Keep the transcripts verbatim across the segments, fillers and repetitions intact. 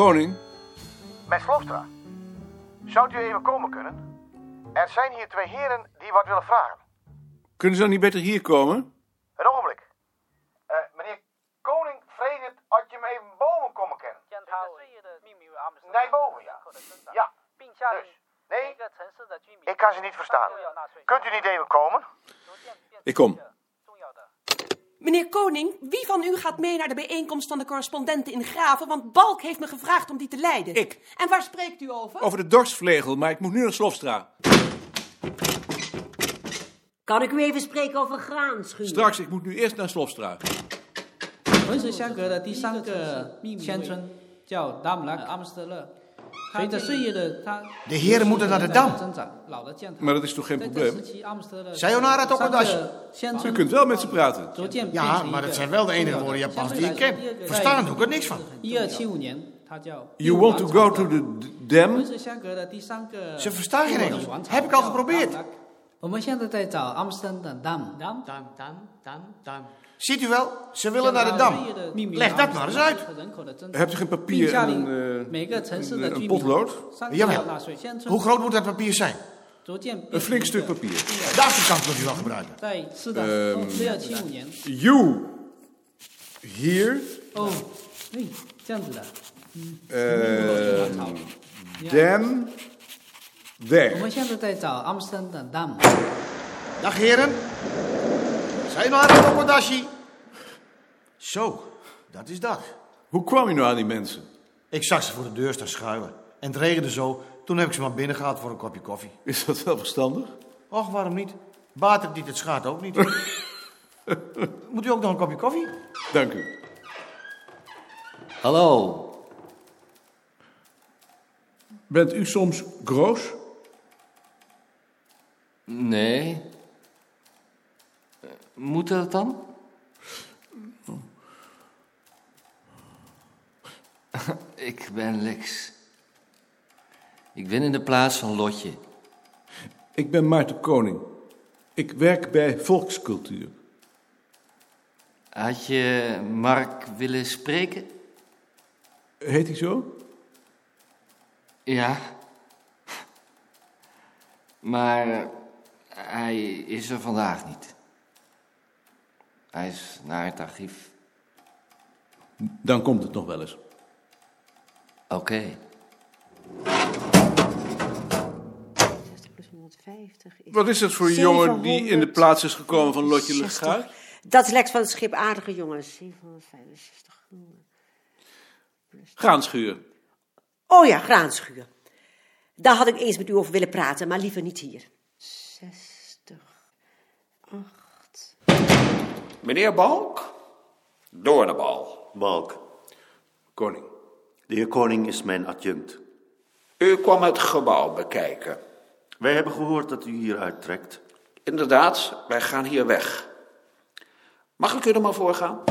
Koning? Met Slofstra. Zou u even komen kunnen? Er zijn hier twee heren die wat willen vragen. Kunnen ze dan niet beter hier komen? Een ogenblik. Uh, meneer Koning vrees het als je me even boven komen kennen. Nee, boven, ja. Ja, dus. Nee, ik kan ze niet verstaan. Kunt u niet even komen? Ik kom. Meneer Koning, wie van u gaat mee naar de bijeenkomst van de correspondenten in Graven? Want Balk heeft me gevraagd om die te leiden. Ik. En waar spreekt u over? Over de dorstvlegel, maar ik moet nu naar Slofstra. Kan ik u even spreken over graanschuur? Straks, ik moet nu eerst naar Slofstra. 文水相隔的第三个乡村叫达姆拉阿姆斯特勒。随着岁月的它 De heren moeten naar de Dam. 增长，老的建 Maar dat is toch geen 在这 probleem? 时期阿姆斯特勒 Sayonara Tokodashi. 乡 U 村 kunt wel met ze praten. 逐渐变 Ja, 成一 maar 个 dat zijn wel de enige woorden Japans die ik ken. Verstaan doe ik er niks van. 一二七五年，它叫 You want to go to the d- dam? 文水相隔的第三个 Ze verstaan geen Engels. Heb ik al geprobeerd. 我们现在在找阿姆斯特丹的 dam dam Dam, dam, dam, dam. Ziet u wel, ze willen naar de Dam. Leg dat maar eens uit. Hebt u geen papier en een, eh, 每个城市的 een, 居 een 民 potlood? 三个 Jawel. 要纳税，乡村 Hoe groot moet dat papier zijn? 逐渐 Een flink stuk papier. De achterkant kunt u wel gebruiken. 在是的， Ehm, 六幺七五年 You. Hier. 哦，对，这样子的。 Uh, 王朝 dam. 我 There. 们现在在找阿姆斯特丹的 dam。 Dag heren. Sayonara Tokodashi. Zo, dat is dat. Hoe kwam je nou aan die mensen? Ik zag ze voor de deur staan schuilen. En het regende zo. Toen heb ik ze maar binnen gehaald voor een kopje koffie. Is dat wel verstandig? Och, waarom niet? Baat het niet, het schaadt ook niet. Moet u ook nog een kopje koffie? Dank u. Hallo. Bent u soms groos? Nee. Eh, Moet dat dan? Ik ben Lex. Ik ben in de plaats van Lotje. Ik ben Maarten Koning. Ik werk bij Volkscultuur. Had je Mark willen spreken? Heet hij zo? Ja. Maar hij is er vandaag niet. Hij is naar het archief. Dan komt het nog wel eens. Oké. zestig plus honderdvijftig is... Wat is dat voor een jongen die in de plaats is gekomen van Lotje Legaat? Dat is Lex van het schip, aardige jongen. zevenhonderdvijfenzestig gulden. Graanschuur. Oh ja, graanschuur. Daar had ik eens met u over willen praten, maar liever niet hier. zestig, acht... Meneer Balk? Doornbal. Balk, Koning. de heer Koning is mijn adjunct. U kwam het gebouw bekijken. Wij hebben gehoord dat u hier uittrekt. Inderdaad, wij gaan hier weg. Mag ik u er maar voor gaan?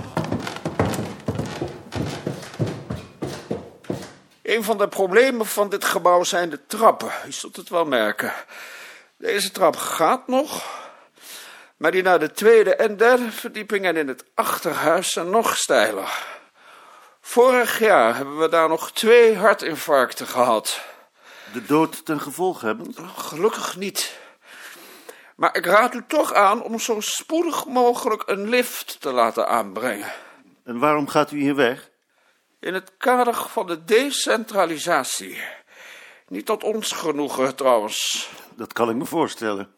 Een van de problemen van dit gebouw zijn de trappen. U zult het wel merken. Deze trap gaat nog, maar die naar de tweede en derde verdieping en in het achterhuis zijn nog steiler. Vorig jaar hebben we daar nog twee hartinfarcten gehad. De dood ten gevolge hebben? Gelukkig niet. Maar ik raad u toch aan om zo spoedig mogelijk een lift te laten aanbrengen. En waarom gaat u hier weg? In het kader van de decentralisatie. Niet tot ons genoegen trouwens. Dat kan ik me voorstellen.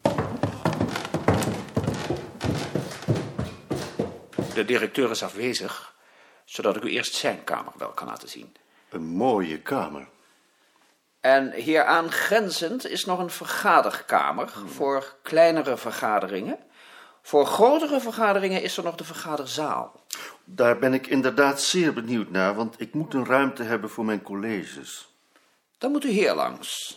De directeur is afwezig, zodat ik u eerst zijn kamer wel kan laten zien. Een mooie kamer. En hieraan grenzend is nog een vergaderkamer voor kleinere vergaderingen. Voor grotere vergaderingen is er nog de vergaderzaal. Daar ben ik inderdaad zeer benieuwd naar, want ik moet een ruimte hebben voor mijn colleges. Dan moet u hier langs.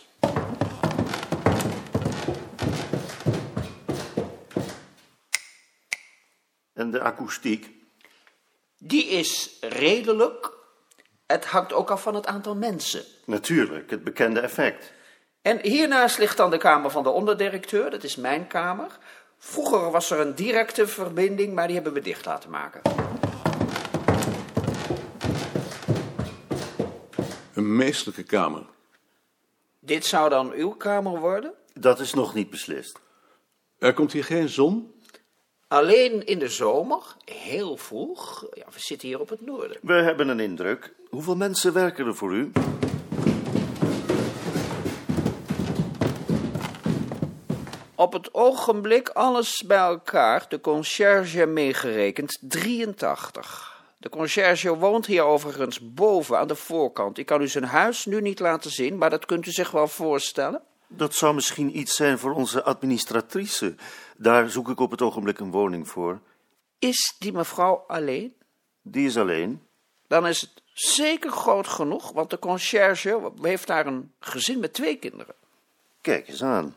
En de akoestiek? Die is redelijk. Het hangt ook af van het aantal mensen. Natuurlijk, het bekende effect. En hiernaast ligt dan de kamer van de onderdirecteur, dat is mijn kamer. Vroeger was er een directe verbinding, maar die hebben we dicht laten maken. Een meestelijke kamer. Dit zou dan uw kamer worden? Dat is nog niet beslist. Er komt hier geen zon? Alleen in de zomer, heel vroeg. Ja, we zitten hier op het noorden. We hebben een indruk. Hoeveel mensen werken er voor u? Op het ogenblik alles bij elkaar, de conciërge meegerekend, drieëntachtig. De conciërge woont hier overigens boven aan de voorkant. Ik kan u zijn huis nu niet laten zien, maar dat kunt u zich wel voorstellen. Dat zou misschien iets zijn voor onze administratrice. Daar zoek ik op het ogenblik een woning voor. Is die mevrouw alleen? Die is alleen. Dan is het zeker groot genoeg, want de conciërge heeft daar een gezin met twee kinderen. Kijk eens aan.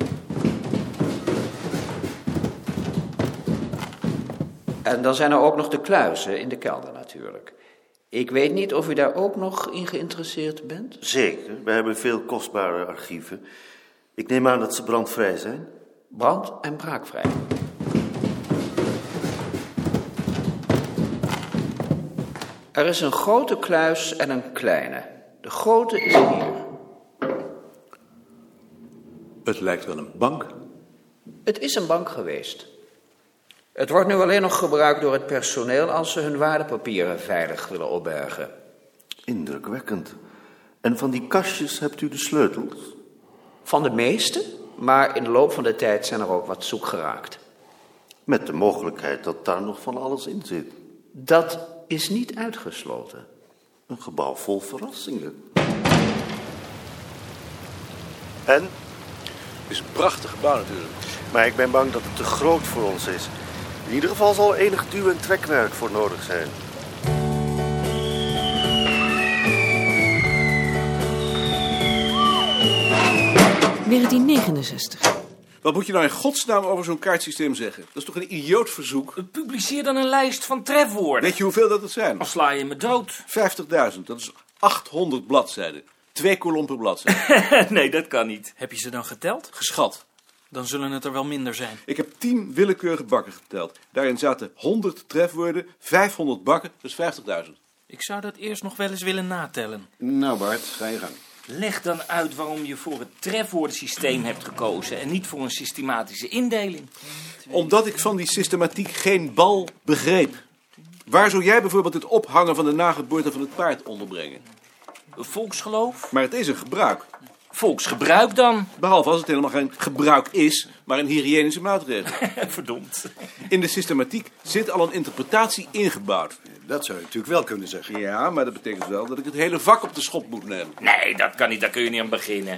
En dan zijn er ook nog de kluizen in de kelder natuurlijk. Ik weet niet of u daar ook nog in geïnteresseerd bent? Zeker, we hebben veel kostbare archieven. Ik neem aan dat ze brandvrij zijn. Brand- en braakvrij. Er is een grote kluis en een kleine. De grote is hier. Het lijkt wel een bank. Het is een bank geweest. Het wordt nu alleen nog gebruikt door het personeel als ze hun waardepapieren veilig willen opbergen. Indrukwekkend. En van die kastjes hebt u de sleutels? Van de meeste, maar in de loop van de tijd zijn er ook wat zoek geraakt. Met de mogelijkheid dat daar nog van alles in zit. Dat is niet uitgesloten. Een gebouw vol verrassingen. En? Het is een prachtig gebouw natuurlijk. Maar ik ben bang dat het te groot voor ons is. In ieder geval zal enig duw- en trekwerk voor nodig zijn. negentien negenenzestig. Wat moet je nou in godsnaam over zo'n kaartsysteem zeggen? Dat is toch een idioot verzoek? Publiceer dan een lijst van trefwoorden. Weet je hoeveel dat het zijn? Of sla je me dood? vijftigduizend, dat is achthonderd bladzijden. Twee kolom per bladzijde. Nee, dat kan niet. Heb je ze dan geteld? Geschat. Dan zullen het er wel minder zijn. Ik heb tien willekeurige bakken geteld. Daarin zaten honderd trefwoorden, vijfhonderd bakken, dus vijftigduizend. Ik zou dat eerst nog wel eens willen natellen. Nou Bart, ga je gang. Leg dan uit waarom je voor het trefwoordensysteem hebt gekozen en niet voor een systematische indeling. Omdat ik van die systematiek geen bal begreep. Waar zou jij bijvoorbeeld het ophangen van de nageboorte van het paard onderbrengen? Volksgeloof? Maar het is een gebruik. Volksgebruik dan? Behalve als het helemaal geen gebruik is, maar een hygiënische maatregel. Verdomd. In de systematiek zit al een interpretatie ingebouwd. Dat zou je natuurlijk wel kunnen zeggen. Ja, maar dat betekent wel dat ik het hele vak op de schop moet nemen. Nee, dat kan niet. Daar kun je niet aan beginnen.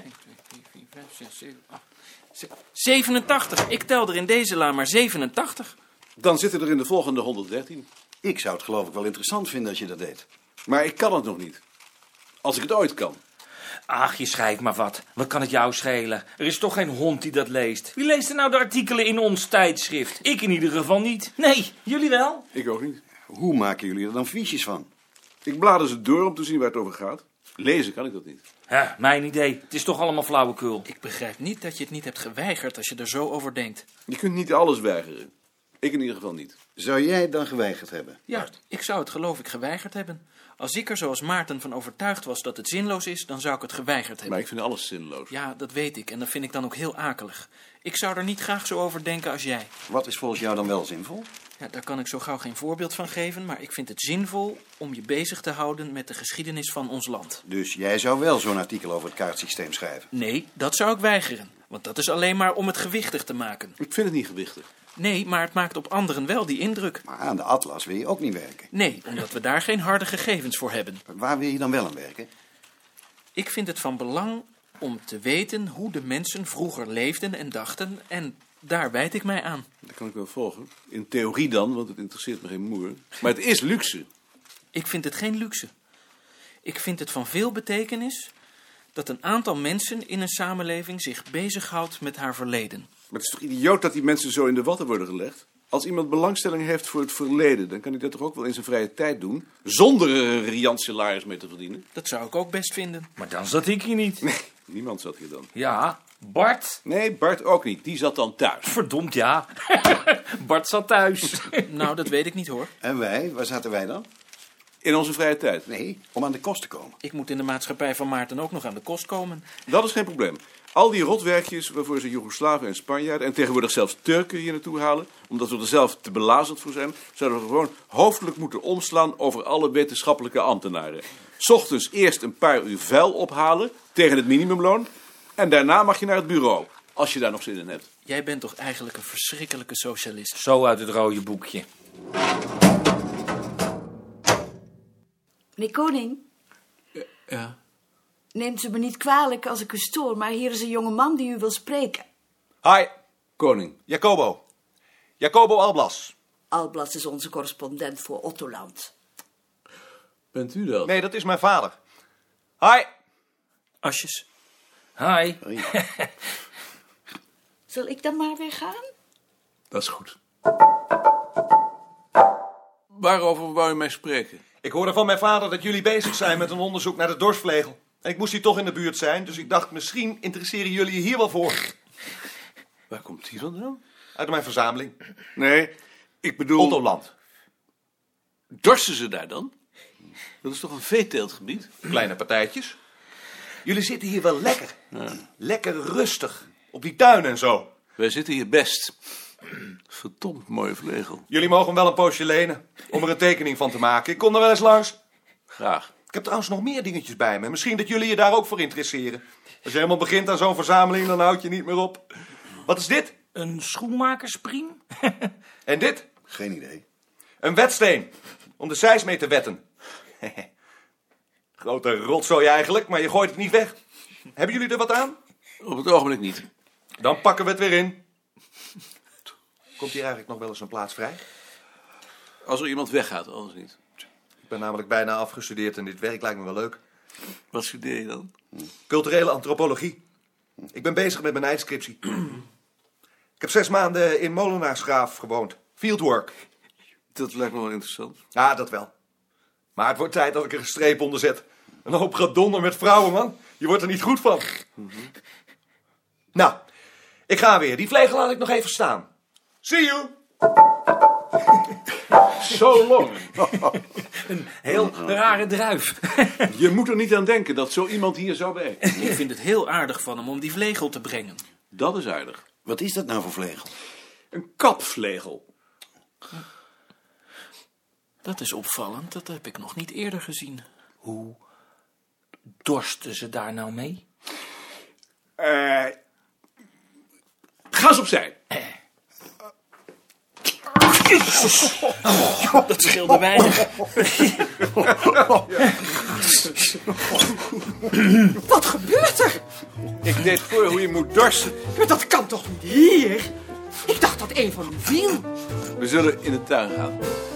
zevenentachtig. Ik tel er in deze la maar zevenentachtig. Dan zitten er in de volgende honderddertien. Ik zou het geloof ik wel interessant vinden als je dat deed. Maar ik kan het nog niet. Als ik het ooit kan. Ach, je schrijft maar wat. Wat kan het jou schelen? Er is toch geen hond die dat leest. Wie leest er nou de artikelen in ons tijdschrift? Ik in ieder geval niet. Nee, jullie wel? Ik ook niet. Hoe maken jullie er dan fiches van? Ik blader ze door om te zien waar het over gaat. Lezen kan ik dat niet. Ja, mijn idee. Het is toch allemaal flauwekul. Ik begrijp niet dat je het niet hebt geweigerd als je er zo over denkt. Je kunt niet alles weigeren. Ik in ieder geval niet. Zou jij het dan geweigerd hebben? Ja, ik zou het geloof ik geweigerd hebben. Als ik er zoals Maarten van overtuigd was dat het zinloos is, dan zou ik het geweigerd hebben. Maar ik vind alles zinloos. Ja, dat weet ik. En dat vind ik dan ook heel akelig. Ik zou er niet graag zo over denken als jij. Wat is volgens jou dan wel zinvol? Ja, daar kan ik zo gauw geen voorbeeld van geven, maar ik vind het zinvol om je bezig te houden met de geschiedenis van ons land. Dus jij zou wel zo'n artikel over het kaartsysteem schrijven? Nee, dat zou ik weigeren. Want dat is alleen maar om het gewichtig te maken. Ik vind het niet gewichtig. Nee, maar het maakt op anderen wel die indruk. Maar aan de atlas wil je ook niet werken? Nee, omdat we daar geen harde gegevens voor hebben. Waar wil je dan wel aan werken? Ik vind het van belang om te weten hoe de mensen vroeger leefden en dachten. En daar wijd ik mij aan. Dat kan ik wel volgen. In theorie dan, want het interesseert me geen moer. Maar het is luxe. Ik vind het geen luxe. Ik vind het van veel betekenis dat een aantal mensen in een samenleving zich bezighoudt met haar verleden. Maar het is toch idioot dat die mensen zo in de watten worden gelegd? Als iemand belangstelling heeft voor het verleden, dan kan hij dat toch ook wel in zijn vrije tijd doen? Zonder er een riant salaris mee te verdienen? Dat zou ik ook best vinden. Maar dan zat ik hier niet. Nee, niemand zat hier dan. Ja, Bart. Nee, Bart ook niet. Die zat dan thuis. Verdomd, ja. Bart zat thuis. Nou, dat weet ik niet hoor. En wij? Waar zaten wij dan? In onze vrije tijd? Nee, om aan de kost te komen. Ik moet in de maatschappij van Maarten ook nog aan de kost komen. Dat is geen probleem. Al die rotwerkjes waarvoor ze Joegoslaven en Spanjaarden... en tegenwoordig zelfs Turken hier naartoe halen... omdat we er zelf te belazerd voor zijn... zouden we gewoon hoofdelijk moeten omslaan over alle wetenschappelijke ambtenaren. 's Ochtends eerst een paar uur vuil ophalen tegen het minimumloon... en daarna mag je naar het bureau, als je daar nog zin in hebt. Jij bent toch eigenlijk een verschrikkelijke socialist? Zo uit het rode boekje. Meneer Koning? Ja? Neemt u me niet kwalijk als ik u stoor, maar hier is een jonge man die u wil spreken. Hi. Koning. Jacobo. Jacobo Alblas. Alblas is onze correspondent voor Ottoland. Bent u dat? Nee, dat is mijn vader. Hi. Asjes. Hi. Zal ik dan maar weer gaan? Dat is goed. Waarover wou u mij spreken? Ik hoorde van mijn vader dat jullie bezig zijn met een onderzoek naar de dorsvlegel. En ik moest hier toch in de buurt zijn, dus ik dacht misschien interesseren jullie je hier wel voor. Waar komt die vandaan? Uit mijn verzameling. Nee, ik bedoel... Ottoland. Dorsten ze daar dan? Dat is toch een veeteeltgebied? Kleine partijtjes. Jullie zitten hier wel lekker. Ja. Lekker rustig. Op die tuin en zo. Wij zitten hier best. Verdomd mooie vlegel. Jullie mogen wel een poosje lenen. Om er een tekening van te maken. Ik kom er wel eens langs. Graag. Ik heb trouwens nog meer dingetjes bij me. Misschien dat jullie je daar ook voor interesseren. Als je helemaal begint aan zo'n verzameling, dan houd je niet meer op. Wat is dit? Een schoenmakerspriem? En dit? Geen idee. Een wetsteen. Om de zeis mee te wetten. Grote rotzooi eigenlijk, maar je gooit het niet weg. Hebben jullie er wat aan? Op het ogenblik niet. Dan pakken we het weer in. Komt hier eigenlijk nog wel eens een plaats vrij? Als er iemand weggaat, anders niet. Ik ben namelijk bijna afgestudeerd en dit werk lijkt me wel leuk. Wat studeer je dan? Culturele antropologie. Ik ben bezig met mijn eindscriptie. Ik heb zes maanden in Molenaarsgraaf gewoond. Fieldwork. Dat lijkt me wel interessant. Ja, dat wel. Maar het wordt tijd dat ik er een streep onder zet. Een hoop gedonder met vrouwen, man. Je wordt er niet goed van. Mm-hmm. Nou, ik ga weer. Die vlegel laat ik nog even staan. See you! Zo lang. Een heel rare druif. Je moet er niet aan denken dat zo iemand hier zou bij. Ik vind het heel aardig van hem om die vlegel te brengen. Dat is aardig. Wat is dat nou voor vlegel? Een kapvlegel. Dat is opvallend, dat heb ik nog niet eerder gezien. Hoe dorsten ze daar nou mee? Eh... Ga eens opzij. Oh, dat scheelde weinig. Wat gebeurt er? Ik deed voor hoe je moet dorsten. Maar dat kan toch niet hier? Ik dacht dat een van u viel. We zullen in de tuin gaan.